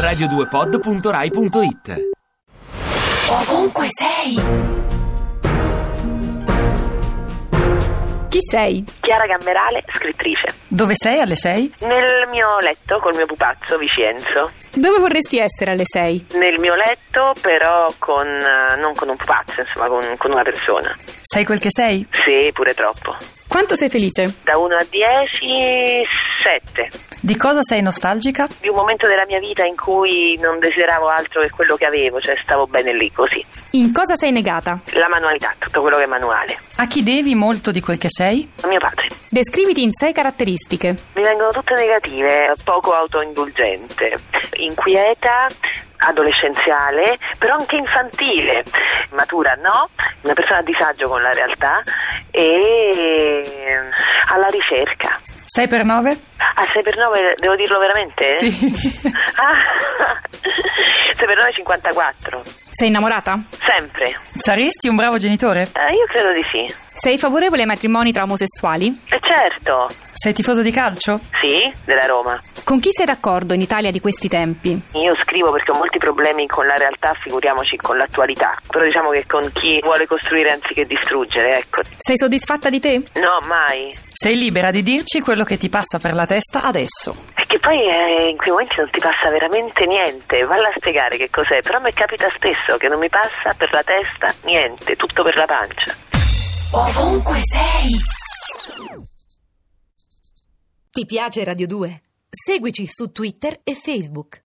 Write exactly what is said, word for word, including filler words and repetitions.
radio due pod punto rai punto it. Ovunque sei. Chi sei? Chiara Gamberale, scrittrice. Dove sei alle sei? Nel mio letto col mio pupazzo Vicenzo. Dove vorresti essere alle sei? Nel mio letto, però con non con un pupazzo, insomma, con, con una persona. Sei quel che sei? Sì, pure troppo. Quanto sei felice? Da uno a dieci, sette. Di cosa sei nostalgica? Di un momento della mia vita in cui non desideravo altro che quello che avevo, cioè stavo bene lì, così. In cosa sei negata? La manualità, tutto quello che è manuale. A chi devi molto di quel che sei? A mio padre. Descriviti in sei caratteristiche. Mi vengono tutte negative, poco autoindulgente, inquieta, adolescenziale, però anche infantile, matura no, una persona a disagio con la realtà e alla ricerca. sei per nove? Ah, sei per nove, devo dirlo veramente? Sì. Ah, sei per nove cinquantaquattro. Sei innamorata? Sempre. Saresti un bravo genitore? Eh, io credo di sì. Sei favorevole ai matrimoni tra omosessuali? Eh, certo. Sei tifosa di calcio? Sì, della Roma. Con chi sei d'accordo in Italia di questi tempi? Io scrivo perché ho molti problemi con la realtà, figuriamoci con l'attualità. Però diciamo che con chi vuole costruire anziché distruggere, ecco. Sei soddisfatta di te? No, mai. Sei libera di dirci quello che ti passa per la testa adesso. È che poi eh, in quei momenti non ti passa veramente niente. Valla a spiegare che cos'è. Però mi capita spesso che non mi passa per la testa niente, tutto per la pancia. Ovunque sei. Ti piace Radio due? Seguici su Twitter e Facebook.